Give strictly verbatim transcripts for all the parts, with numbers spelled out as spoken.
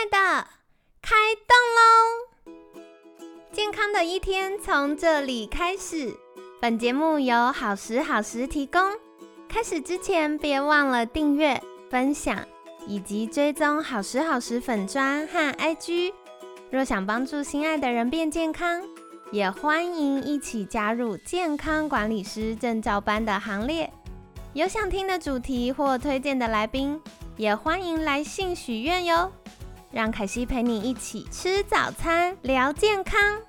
的，开动喽！健康的一天从这里开始。本节目由好时好时提供。开始之前，别忘了订阅、分享以及追踪好时好时粉专和 I G。若想帮助心爱的人变健康，也欢迎一起加入健康管理师证照班的行列。有想听的主题或推荐的来宾，也欢迎来信许愿哟。让凯西陪你一起吃早餐，聊健康。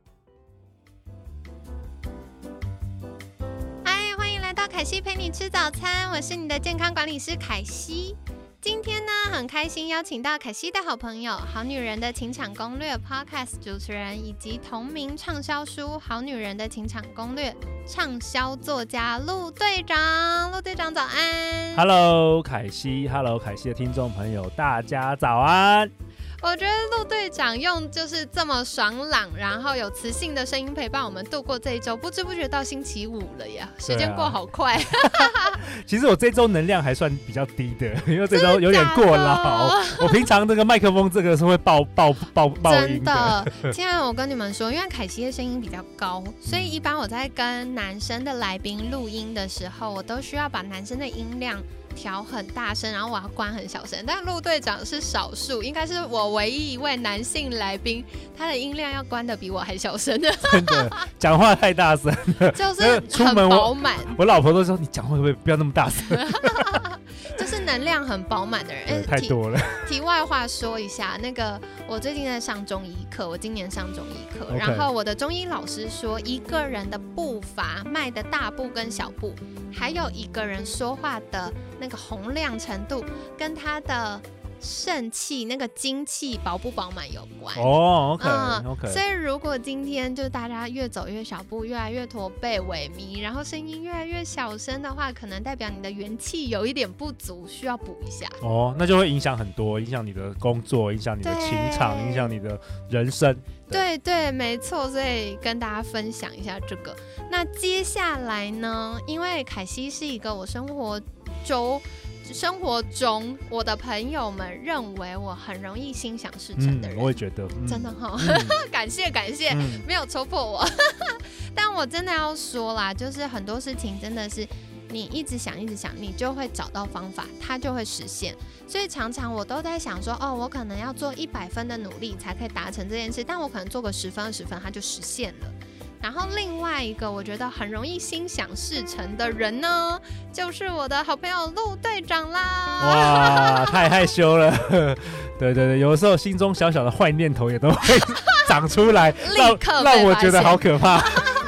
嗨，欢迎来到凯西陪你吃早餐，我是你的健康管理师凯西。今天呢，很开心邀请到凯西的好朋友，好女人的情场攻略 Podcast 主持人，以及同名畅销书《好女人的情场攻略》畅销作家陆队长。陆队长早安。 Hello 凯西 Hello 凯西的听众朋友大家早安。 我觉得陆队长用就是这么爽朗，然后有磁性的声音陪伴我们度过这一周，不知不觉到星期五了呀，时间过好快。啊、 其实我这周能量还算比较低的，因为这周有点过劳。我平常这个麦克风这个是会爆爆爆爆音的。 真的，现在我跟你们说，因为凯西的声音比较高，所以一般我在跟男生的来宾录音的时候，我都需要把男生的音量调很大声，然后我要关很小声。但陆队长是少数，应该是我唯一一位男性来宾，他的音量要关得比我还小声的。 真的，讲话太大声了， 就是很饱满。 我老婆都说你讲话会不会不要那么大声？ 就是能量很饱满的人。欸、 太多了。 题外话说一下，那个我最近在上中医课，我今年上中医课， okay. 然后我的中医老师说，一个人的步伐迈的大步跟小步，还有一个人说话的那个洪亮程度，跟他的肾气那个精气饱不饱满有关。 哦、oh, OK、 嗯、 OK。 所以如果今天就是大家越走越小步，越来越驼背萎靡，然后声音越来越小声的话，可能代表你的元气有一点不足，需要补一下。 哦，那就会影响很多，影响你的工作，影响你的情场，影响你的人生。 对 对, 对，没错，所以跟大家分享一下这个。那接下来呢，因为凯西是一个我生活中生活中我的朋友们认为我很容易心想事成的人。 嗯、我也觉得、嗯、 真的哈、哦嗯、 感谢感谢、嗯、没有戳破我但我真的要说啦，就是很多事情真的是你一直想一直想，你就会找到方法，它就会实现。所以常常我都在想说，哦，我可能要做一百分的努力才可以达成这件事，但我可能做个十分二十分它就实现了。然后另外一个我觉得很容易心想事成的人呢，就是我的好朋友陆队长啦。 哇，太害羞了。对对对，有的时候心中小小的坏念头也都会长出来， 立刻让我觉得好可怕。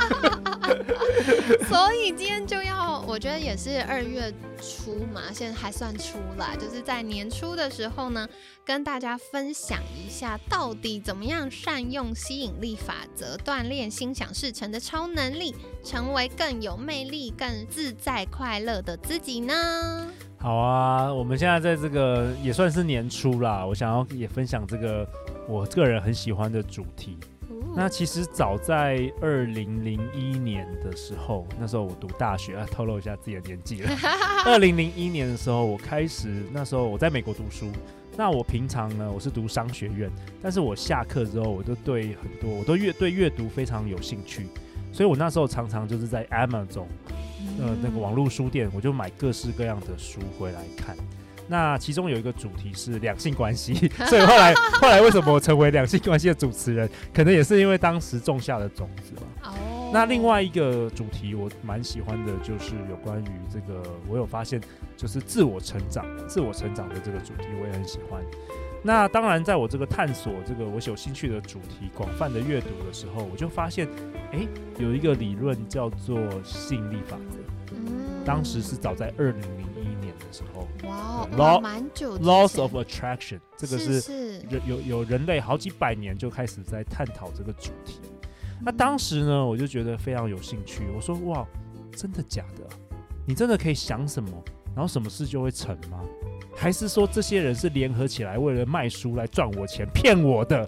所以今天就要，我觉得也是二月初嘛，现在还算初啦，就是在年初的时候呢，跟大家分享一下到底怎么样善用吸引力法则，锻炼心想事成的超能力，成为更有魅力、更自在、快乐的自己呢？ 好啊，我们现在在这个也算是年初啦，我想要也分享这个我个人很喜欢的主题。那其实早在二零零一年的时候，那时候我读大学啊，透露一下自己的年纪了。二零零一年的时候，我开始那时候我在美国读书。那我平常呢，我是读商学院，但是我下课之后，我都对很多，我都阅对阅读非常有兴趣，所以我那时候常常就是在 Amazon 呃那个网络书店，我就买各式各样的书回来看。那其中有一个主题是两性关系，所以后来后来为什么我成为两性关系的主持人，可能也是因为当时种下的种子吧。哦。那另外一个主题我蛮喜欢的，就是有关于这个，我有发现就是自我成长，自我成长的这个主题我也很喜欢。那当然，在我这个探索这个我有兴趣的主题广泛的阅读的时候，我就发现，哎，有一个理论叫做吸引力法则。嗯。当时是早在二零零一年的时候， 哇， Law, 蛮久之前 Laws of Attraction， 这个是, 是, 是有, 有人类好几百年就开始在探讨这个主题。那当时呢，我就觉得非常有兴趣，我说哇，真的假的、啊？你真的可以想什么，然后什么事就会成吗？还是说这些人是联合起来为了卖书来赚我钱骗我的？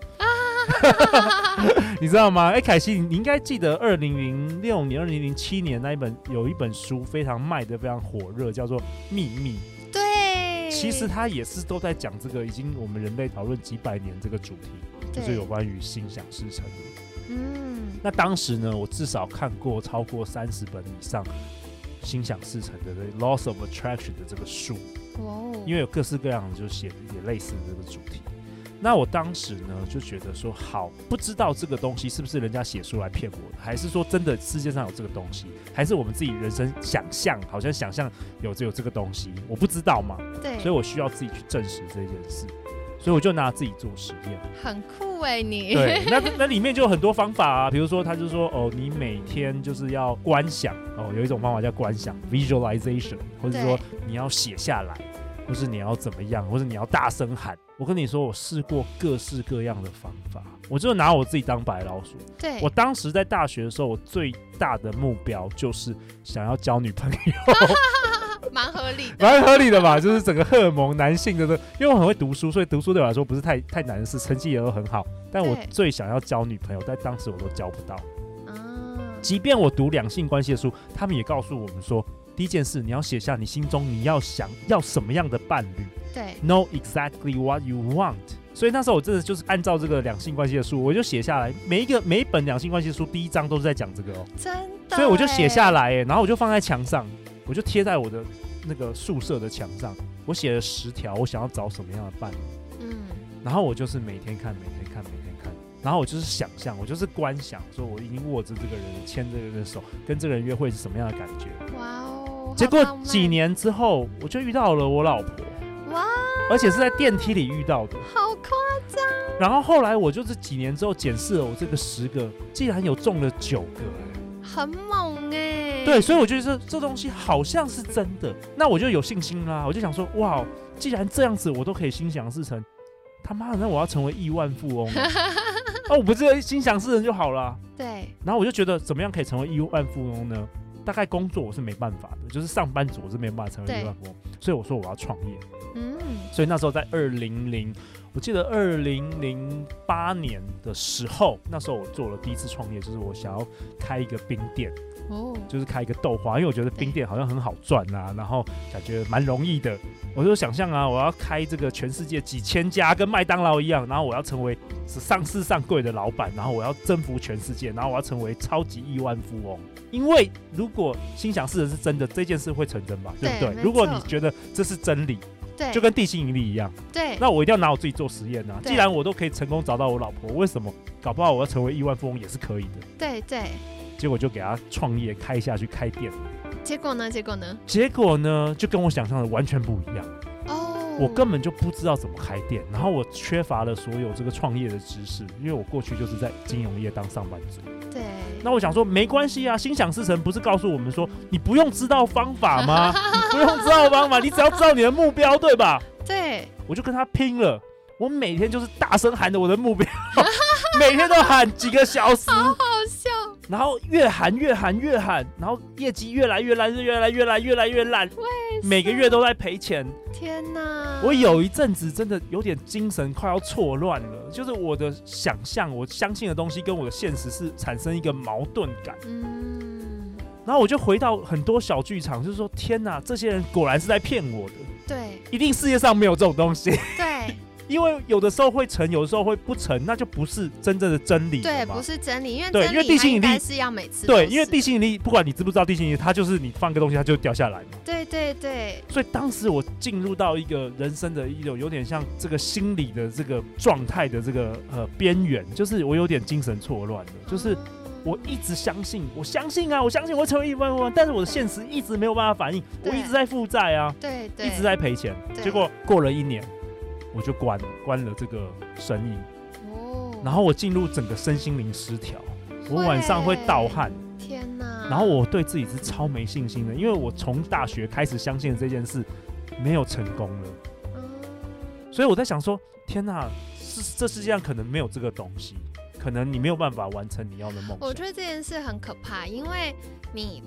你知道吗？哎，凯西，你应该记得二零零六年、二零零七年那一本有一本书非常卖的非常火热，叫做《秘密》。 对， 其实他也是都在讲这个已经我们人类讨论几百年这个主题，就是有关于心想事成的。嗯，那当时呢，我至少看过超过三十本以上心想事成的 Laws of Attraction 的这个书，哦，因为有各式各样的就写也类似的这个主题。那我当时呢就觉得说，好，不知道这个东西是不是人家写书来骗我的，还是说真的世界上有这个东西，还是我们自己人生想象，好像想象有有这个东西，我不知道嘛，对，所以我需要自己去证实这件事，所以我就拿自己做实验。 很酷哎、欸，你对，那那里面就有很多方法啊，比如说他就说，哦，你每天就是要观想，哦，有一种方法叫观想 visualization， 或者说你要写下来，或是你要怎么样，或是你要大声喊。我跟你说，我试过各式各样的方法，我就拿我自己当白老鼠。对，我当时在大学的时候，我最大的目标就是想要交女朋友。 蛮合理的， 蛮合理的吧？就是整个荷尔蒙男性的，因为我很会读书，所以读书对我来说不是太太难的事，成绩也都很好。但我最想要交女朋友，但当时我都交不到。啊，即便我读两性关系的书，他们也告诉我们说，第一件事你要写下你心中你要想要什么样的伴侣。对 ，Know exactly what you want。所以那时候我真的就是按照这个两性关系的书，我就写下来，每一个每一本两性关系的书第一章都是在讲这个哦， 真的。 所以我就写下来，然后我就放在墙上。我就贴在我的那个宿舍的墙上，我写了十条我想要找什么样的伴侣，嗯，然后我就是每天看，每天看，每天看，然后我就是想象，我就是观想，说我已经握着这个人，牵着这个人的手，跟这个人约会是什么样的感觉。哇哦！结果几年之后，我就遇到了我老婆，哇，而且是在电梯里遇到的， 好夸张。 然后后来我就是几年之后检视了我这个十个，竟然有中了九个， 很猛哎、欸。 对，所以我觉得 这, 这东西好像是真的，那我就有信心啦。我就想说，哇，既然这样子我都可以心想事成，他妈的，那我要成为亿万富翁了。哦，我不是心想事成就好了。对。然后我就觉得，怎么样可以成为亿万富翁呢？大概工作我是没办法的，就是上班族我是没办法成为亿万富翁，所以我说我要创业。嗯。所以那时候在二零零，我记得二零零八年的时候，那时候我做了第一次创业，就是我想要开一个冰店。哦，就是开一个豆花，因为我觉得冰店好像很好赚啊，然后感觉蛮容易的。我就想象啊，我要开这个全世界几千家，跟麦当劳一样，然后我要成为上市上柜的老板，然后我要征服全世界，然后我要成为超级亿万富翁。因为如果心想事成是真的，这件事会成真吧？对不对？如果你觉得这是真理，对，就跟地心引力一样，对，那我一定要拿我自己做实验啊。既然我都可以成功找到我老婆，为什么搞不好我要成为亿万富翁也是可以的？ 对对。 结果就给他创业开下去开店， 结果呢？结果呢？ 结果呢？就跟我想象的完全不一样。哦，我根本就不知道怎么开店，然后我缺乏了所有这个创业的知识，因为我过去就是在金融业当上班族。对。那我想说，没关系啊，心想事成不是告诉我们说你不用知道方法吗？你不用知道方法，你只要知道你的目标，对吧？对。我就跟他拼了，我每天就是大声喊着我的目标，每天都喊几个小时， 好好笑。 然后越喊越喊越喊，然后业绩越来越烂，越来越烂，越来越烂，每个月都在赔钱。天哪！我有一阵子真的有点精神快要错乱了，就是我的想象、我相信的东西跟我的现实是产生一个矛盾感。嗯。然后我就回到很多小剧场，就是说：天哪，这些人果然是在骗我的。对，一定世界上没有这种东西。对。因为有的时候会成，有的时候会不成，那就不是真正的真理了嘛。 对，不是真理，因为真理它应该是要每次都是。 对，因为地心引力，不管你知不知道地心引力，它就是你放个东西，它就掉下来嘛。 对对对。 所以当时我进入到一个人生的一种有点像这个心理的这个状态的这个呃边缘，就是我有点精神错乱了，就是我一直相信，我相信啊，我相信我会成为亿万富翁，但是我的现实一直没有办法反应，我一直在负债啊，对对，一直在赔钱，结果过了一年。我就关了关了这个生意，哦，然后我进入整个身心灵失调，我晚上会盗汗，天哪！然后我对自己是超没信心的，因为我从大学开始相信这件事没有成功了，嗯，所以我在想说，天哪，这世界上可能没有这个东西，可能你没有办法完成你要的梦想。 我觉得这件事很可怕，因为你打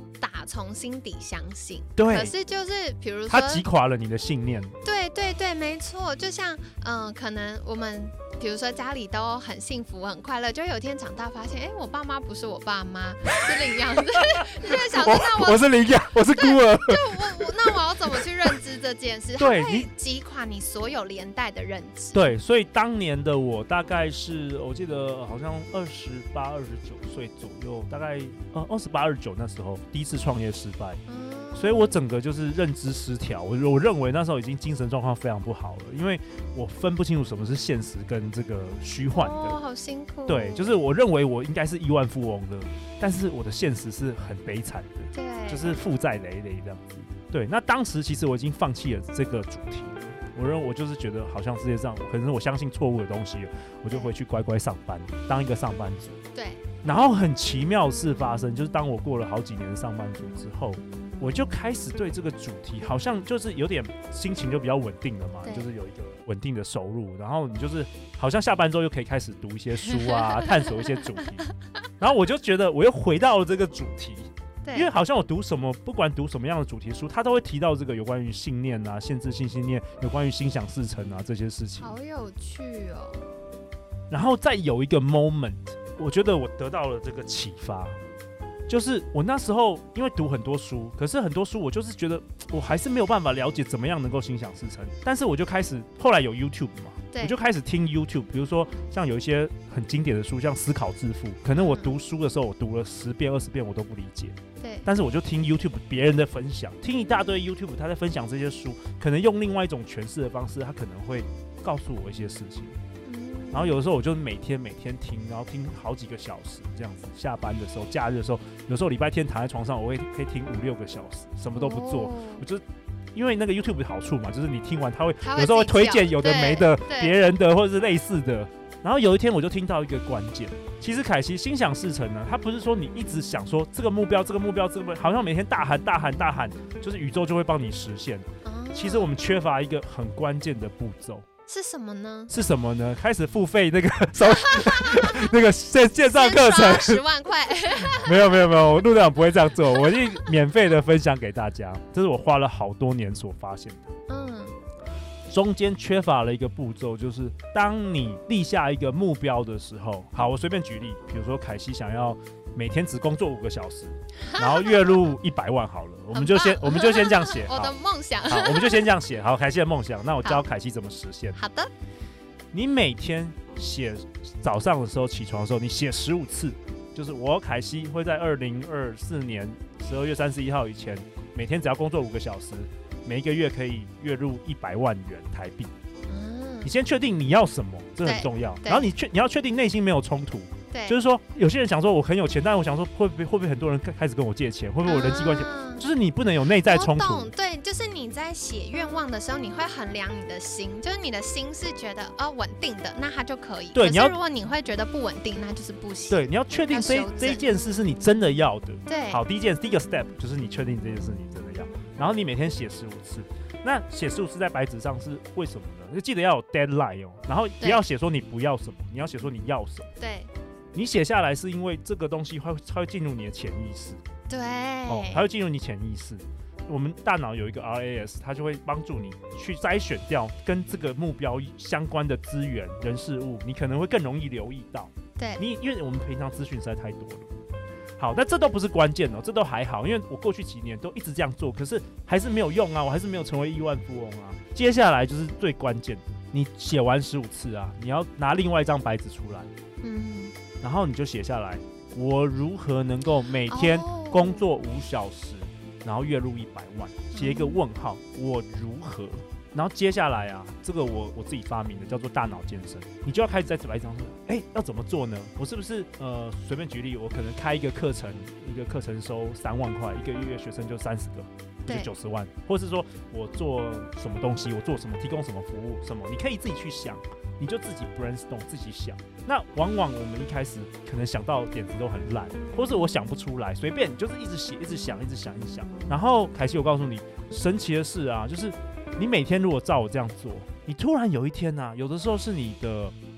从心底相信。 对， 可是就是比如说， 他击垮了你的信念。对对对，没错。就像嗯、呃，可能我们比如说家里都很幸福很快乐，就有一天长大发现，哎，我爸妈不是我爸妈，是领养的，就会想说，那我我是领养，我是孤儿。 就我我那我要怎么去认知这件事？对，它会击垮你所有连带的认知。 对，所以当年的我大概是我记得好像二十八、二十九岁左右，大概呃二十八、二十九那时候第一次创业失败。嗯，所以我整个就是认知失调，我我认为那时候已经精神状况非常不好了，因为我分不清楚什么是现实跟这个虚幻的。 哦，好辛苦。 对，就是我认为我应该是亿万富翁的，但是我的现实是很悲惨的， 对， 就是负债累累这样子。对，那当时其实我已经放弃了这个主题了，我认为我就是觉得好像世界上可能我相信错误的东西，我就回去乖乖上班，当一个上班族。 对。 然后很奇妙的事发生，就是当我过了好几年的上班族之后，我就开始对这个主题好像就是有点心情就比较稳定了嘛，就是有一个稳定的收入，然后你就是好像下班之后又可以开始读一些书啊，探索一些主题，然后我就觉得我又回到了这个主题。因为好像我读什么，不管读什么样的主题书，它都会提到这个有关于信念啊、限制性信念，有关于心想事成啊这些事情。 好有趣哦。 然后再有一个 moment， 我觉得我得到了这个启发，就是我那时候因为读很多书，可是很多书我就是觉得我还是没有办法了解怎么样能够心想事成，但是我就开始后来有 YouTube 嘛。我就开始听 YouTube， 比如说像有一些很经典的书，像《思考致富》，可能我读书的时候，我读了十遍、二十遍，我都不理解。 对。 但是我就听 YouTube 别人的分享，听一大堆 YouTube 他在分享这些书，可能用另外一种诠释的方式，他可能会告诉我一些事情。嗯。然后有的时候我就每天每天听，然后听好几个小时这样子。下班的时候、假日的时候，有时候礼拜天躺在床上，我会可以听五六个小时，什么都不做，哦、我就。因为那个 YouTube 的好处嘛，就是你听完他会有时候会推荐有的没的别人的或者是类似的。然后有一天我就听到一个关键，其实凯西心想事成呢，他不是说你一直想说这个目标、这个目标、这个目标，好像每天大喊大喊大喊，就是宇宙就会帮你实现。哦、其实我们缺乏一个很关键的步骤。 是什么呢？ 是什么呢？开始付费那个收那个线线上课程， 十万块。 没有没有没有，我陆队长不会这样做，我一定免费的分享给大家。这是我花了好多年所发现的。嗯，中间缺乏了一个步骤，就是当你立下一个目标的时候，好，我随便举例，比如说凯西想要每天只工作五个小时，然后月入一百万好了，我们就先我们就先这样写。 我的梦想。 好，我们就先这样写。好，凯西的梦想，那我教凯西怎么实现。 好的。 你每天写早上的时候起床的时候，你写十五次，就是我凯西会在二零二四年十二月三十一号以前，每天只要工作五个小时，每一个月可以月入一百万元台币。嗯，你先确定你要什么，这很重要。然后你确你要确定内心没有冲突。就是说，有些人想说我很有钱，但是我想说会不会会不会很多人开始跟我借钱，会不会我人际关系，啊、就是你不能有内在冲突。 对，就是你在写愿望的时候，你会衡量你的心，就是你的心是觉得哦稳定的，那它就可以。 对， 可是如果你会觉得不稳定，那就是不行。 对，你要确定这这一件事是你真的要的。 对， 好，第一件第一个 step 就是你确定这件事你真的要，然后你每天写十五次。那写十五次在白纸上是为什么呢？就记得要有 deadline 哦，然后不要写说你不要什么，你要写说你要什么。 对。 你写下来是因为这个东西会它会进入你的潜意识， 对， 哦，它会进入你潜意识。我们大脑有一个 R A S， 它就会帮助你去筛选掉跟这个目标相关的资源、人事物，你可能会更容易留意到。 对， 你因为我们平常资讯实在太多了。好，那这都不是关键哦，这都还好，因为我过去几年都一直这样做，可是还是没有用啊，我还是没有成为亿万富翁啊。接下来就是最关键的，你写完十五次啊，你要拿另外一张白纸出来。嗯。然后你就写下来，我如何能够每天工作五小时，然后月入一百万，写一个问号，我如何？然后接下来啊，这个我我自己发明的叫做大脑健身，你就要开始在白纸上说，哎，要怎么做呢？我是不是呃随便举例，我可能开一个课程，一个课程收三万块，一个月学生就三十个，就九十万，或是说我做什么东西，我做什么，提供什么服务，什么，你可以自己去想。你就自己 brainstorm 自己想，那往往我们一开始可能想到的点子都很烂，或是我想不出来，随便就是一直写，一直想，一直想，一直想。然后凯西，我告诉你，神奇的是啊，就是你每天如果照我这样做，你突然有一天啊，有的时候是你的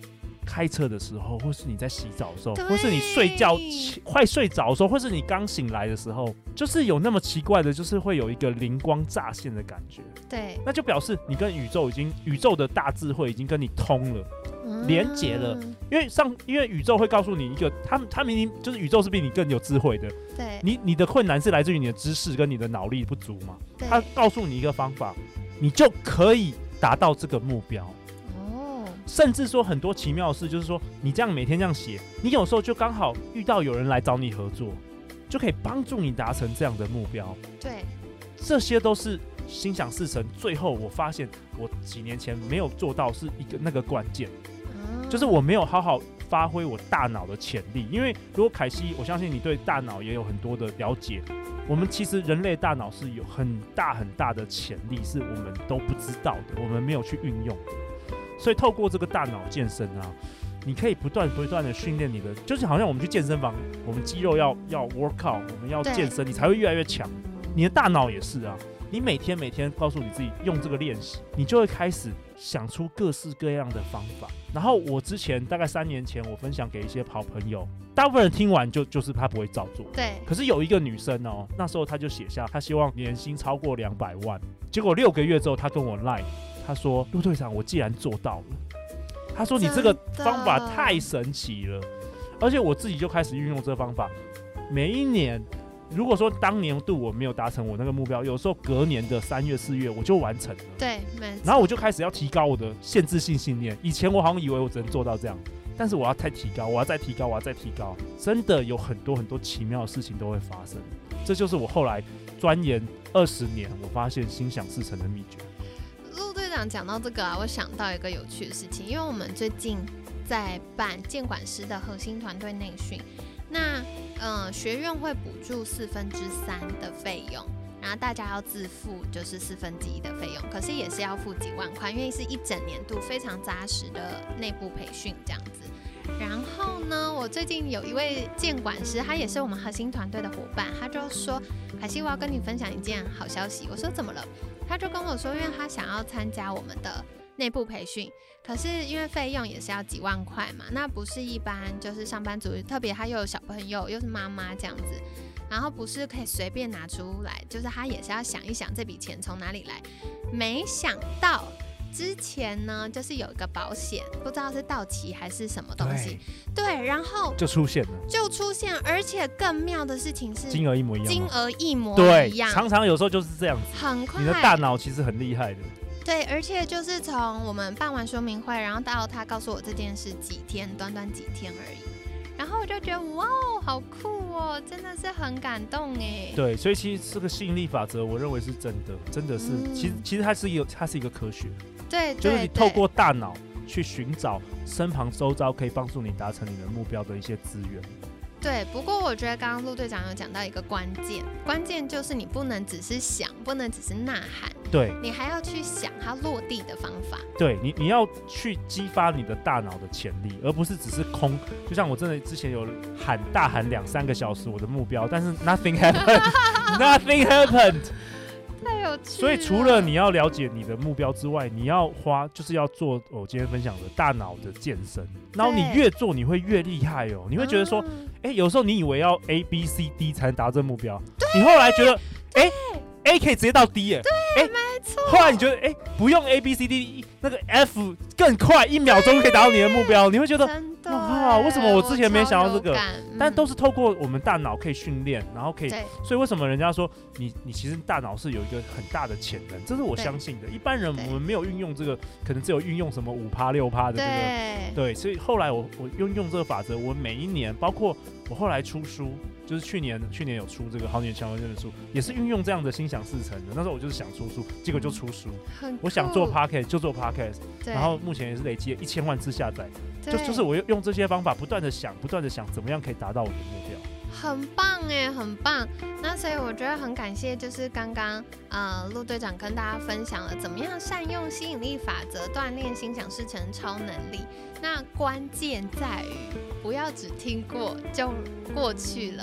开车的时候，或是你在洗澡的时候，或是你睡觉快睡着的时候，或是你刚醒来的时候，就是有那么奇怪的，就是会有一个灵光乍现的感觉。 对， 那就表示你跟宇宙已经宇宙的大智慧已经跟你通了。连结了，因为上，因为宇宙会告诉你一个，他他明明就是宇宙是比你更有智慧的， 对， 你你的困难是来自于你的知识跟你的脑力不足嘛，他告诉你一个方法，你就可以达到这个目标。哦，甚至说很多奇妙的事，就是说你这样每天这样写，你有时候就刚好遇到有人来找你合作，就可以帮助你达成这样的目标。 对， 这些都是心想事成。最后我发现，我几年前没有做到是一个那个关键。就是我没有好好发挥我大脑的潜力，因为如果凯西，我相信你对大脑也有很多的了解。我们其实人类大脑是有很大很大的潜力，是我们都不知道的，我们没有去运用的。所以透过这个大脑健身啊，你可以不断不断的训练你的，就是好像我们去健身房，我们肌肉要要 work out， 我们要健身，你才会越来越强。你的大脑也是啊。你每天每天告诉你自己用这个练习，你就会开始想出各式各样的方法。然后我之前大概三年前，我分享给一些好朋友，大部分人听完就就是他不会照做。 对。 可是有一个女生哦，那时候她就写下她希望年薪超过两百万，结果六个月之后，她跟我 line， 她说陆队长，我既然做到了，她说你这个方法太神奇了，而且我自己就开始运用这个方法，每一年。如果说当年度我没有达成我那个目标，有时候隔年的三月四月我就完成了。 对，没错。 然后我就开始要提高我的限制性信念。以前我好像以为我只能做到这样，但是我要再提高，我要再提高，我要再提高。真的有很多很多奇妙的事情都会发生。这就是我后来钻研二十年，我发现心想事成的秘诀。 陆队长讲到这个啊，我想到一个有趣的事情，因为我们最近在办监管师的核心团队内训。那呃，学院会补助四分之三的费用，然后大家要自付就是四分之一的费用，可是也是要付几万块，因为是一整年度非常扎实的内部培训这样子。然后呢，我最近有一位监管师，他也是我们核心团队的伙伴，他就说：“凯西，我要跟你分享一件好消息。”我说：“怎么了？”他就跟我说，因为他想要参加我们的内部培训，可是因为费用也是要几万块嘛，那不是一般就是上班族，特别他又有小朋友又是妈妈这样子，然后不是可以随便拿出来，就是他也是要想一想这笔钱从哪里来。没想到之前呢，就是有一个保险，不知道是到期还是什么东西， 对, 对，然后就出现了， 就出现，而且更妙的事情是金额一模一样， 金额一模一样， 对，常常有时候就是这样子， 很快， 你的大脑其实很厉害的。 对，而且就是从我们办完说明会，然后到他告诉我这件事几天，短短几天而已，然后我就觉得哇，好酷哦，真的是很感动哎。 对，所以其实这个吸引力法则，我认为是真的，真的是，嗯、其实其实它是一个，它是一个科学。 对， 就是你透过大脑去寻找身旁周遭可以帮助你达成你的目标的一些资源。 对，不过我觉得刚刚陆队长有讲到一个关键，关键就是你不能只是想，不能只是呐喊， 对， 你还要去想它落地的方法。 对你，你要去激发你的大脑的潜力，而不是只是空。就像我真的之前有喊大喊两三个小时我的目标，但是 nothing happened，nothing happened。 太有趣了。 所以除了你要了解你的目标之外，你要花就是要做我今天分享的大脑的健身，然后你越做你会越厉害哦，你会觉得说，哎、嗯，有时候你以为要 A B C D 才能达成目标，你后来觉得，哎 ，A 可以直接到 D 耶， 对，没错。 后来你觉得，哎，不用 A B C D， 那个 F 更快，一秒钟可以达到你的目标，你会觉得，哇，为什么我之前没想到这个？嗯、但都是透过我们大脑可以训练，然后可以，所以为什么人家说你你其实大脑是有一个很大的潜能，这是我相信的。一般人我们没有运用这个，可能只有运用什么五趴六趴的这个，对，所以后来我我用用这个法则，我每一年，包括我后来出书。就是去年，去年有出这个《好女人强人这本书，也是运用这样的心想事成的。那时候我就是想出书，结果就出书。我想做 podcast 就做 podcast， 然后目前也是累积了一千万次下载。就就是我用这些方法，不断的想，不断的想，怎么样可以达到我的目标。 很棒哎，很棒。那所以我觉得很感谢，就是刚刚呃陆队长跟大家分享了怎么样善用吸引力法则锻炼心想事成超能力。那关键在于不要只听过就过去了。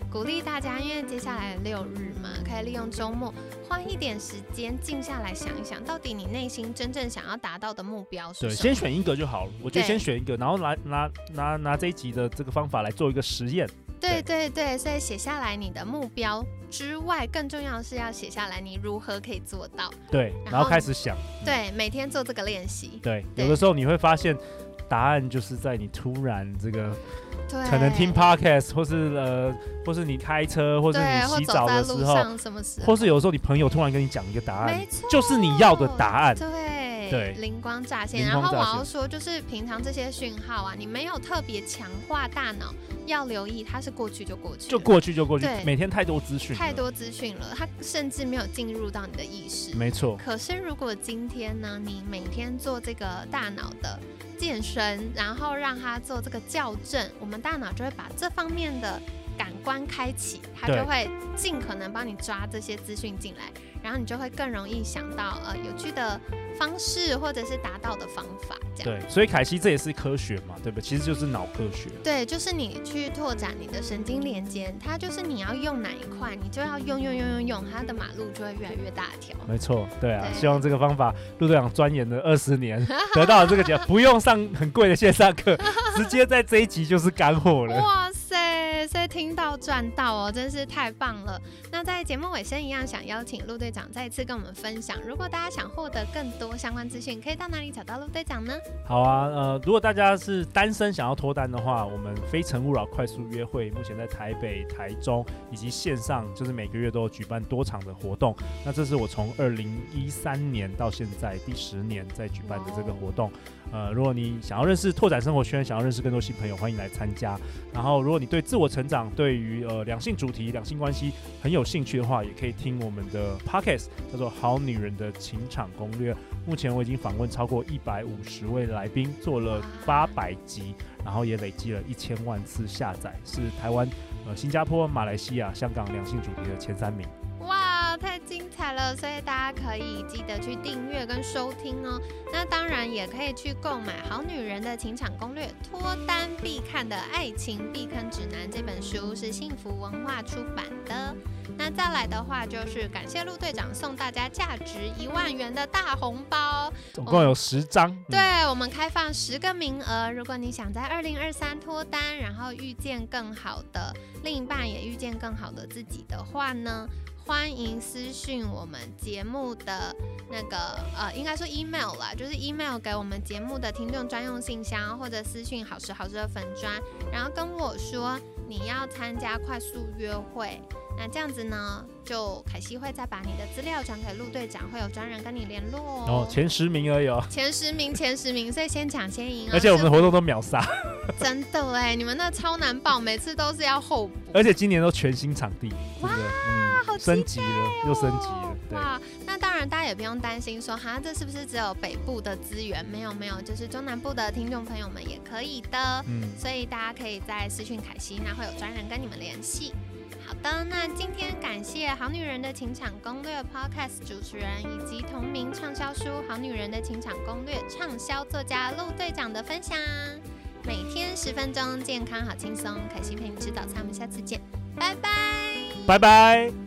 鼓励大家，因为接下来六日嘛，可以利用周末花一点时间静下来想一想，到底你内心真正想要达到的目标是什么？ 对，先选一个就好了。我觉得先选一个，然后拿拿拿拿这一集的这个方法来做一个实验。 对对对，所以写下来你的目标之外，更重要的是要写下来你如何可以做到。 对，然 后, 然后开始想。 对，每天做这个练习。 对，有的时候你会发现答案就是在你突然这个。可能听 podcast 或是呃，或是你开车，或是你洗澡的时候， 什么时候或是有时候你朋友突然跟你讲一个答案，就是你要的答案。 对， 对， 灵光乍现。然后我要说，就是平常这些讯号啊，你没有特别强化大脑，要留意它是过去就过去， 就过去就过去。每天太多资讯， 太多资讯了，它甚至没有进入到你的意识。 没错。 可是如果今天呢，你每天做这个大脑的健身，然后让它做这个校正，我们大脑就会把这方面的感官开启，它就会尽可能帮你抓这些资讯进来，然后你就会更容易想到呃有趣的方式或者是达到的方法。这样对，所以凯西这也是科学嘛，对不对？其实就是脑科学。 对，就是你去拓展你的神经连接，它就是你要用哪一块，你就要用用用用用，它的马路就会越来越大条。 没错，对啊，对，希望这个方法陆队长钻研了二十年，得到了这个结果，不用上很贵的线上课，直接在这一集就是干货了。 哇塞，所以听到赚到哦，真是太棒了。那在节目尾声一样，想邀请陆队长再一次跟我们分享，如果大家想获得更多相关资讯，可以到哪里找到陆队长呢？ 好啊，呃，如果大家是单身想要脱单的话，我们非诚勿扰快速约会目前在台北、台中以及线上，就是每个月都有举办多场的活动。那这是我从二零一三年到现在第十年在举办的这个活动。呃，如果你想要认识拓展生活圈，想要认识更多新朋友，欢迎来参加。然后，如果你对自我成长、对于呃两性主题、两性关系很有兴趣的话，也可以听我们的 podcast， 叫做《好女人的情场攻略》。目前我已经访问超过一百五十位来宾，做了八百集，然后也累积了一千万次下载，是台湾、呃新加坡、马来西亚、香港两性主题的前三名。 哇，太精彩了！所以大家可以记得去订阅跟收听哦。那当然也可以去购买《好女人的情场攻略》，脱单必看的爱情避坑指南这本书是幸福文化出版的。那再来的话，就是感谢陆队长送大家价值一万元的大红包， 总共有十张。 嗯、对，我们开放十个名额。如果你想在二零二三脱单，然后遇见更好的另一半，也遇见更好的自己的话呢，欢迎私讯我们节目的那个呃，应该说 email 啦，就是 email 给我们节目的听众专用信箱，或者私讯好时好时的粉专，然后跟我说你要参加快速约会。那这样子呢，就凯西会再把你的资料转给陆队长，会有专人跟你联络哦。 哦，前十名而已哦。 前十名，前十名，所以先抢先赢啊！ 而且我们的活动都秒杀。 真的哎，你们那超难报，每次都是要候补。 而且今年都全新场地， 哇， 嗯、 好升级了，又升级了。 哇，那当然大家也不用担心说哈，这是不是只有北部的资源？没有没有，就是中南部的听众朋友们也可以的。嗯，所以大家可以在私讯凯西，那会有专人跟你们联系。好的，那今天感谢《好女人的情场攻略》Podcast 主持人以及同名畅销书《好女人的情场攻略》畅销作家陆队长的分享。每天十分钟，健康好轻松，凯西陪你吃早餐，我们下次见，拜拜， 拜拜。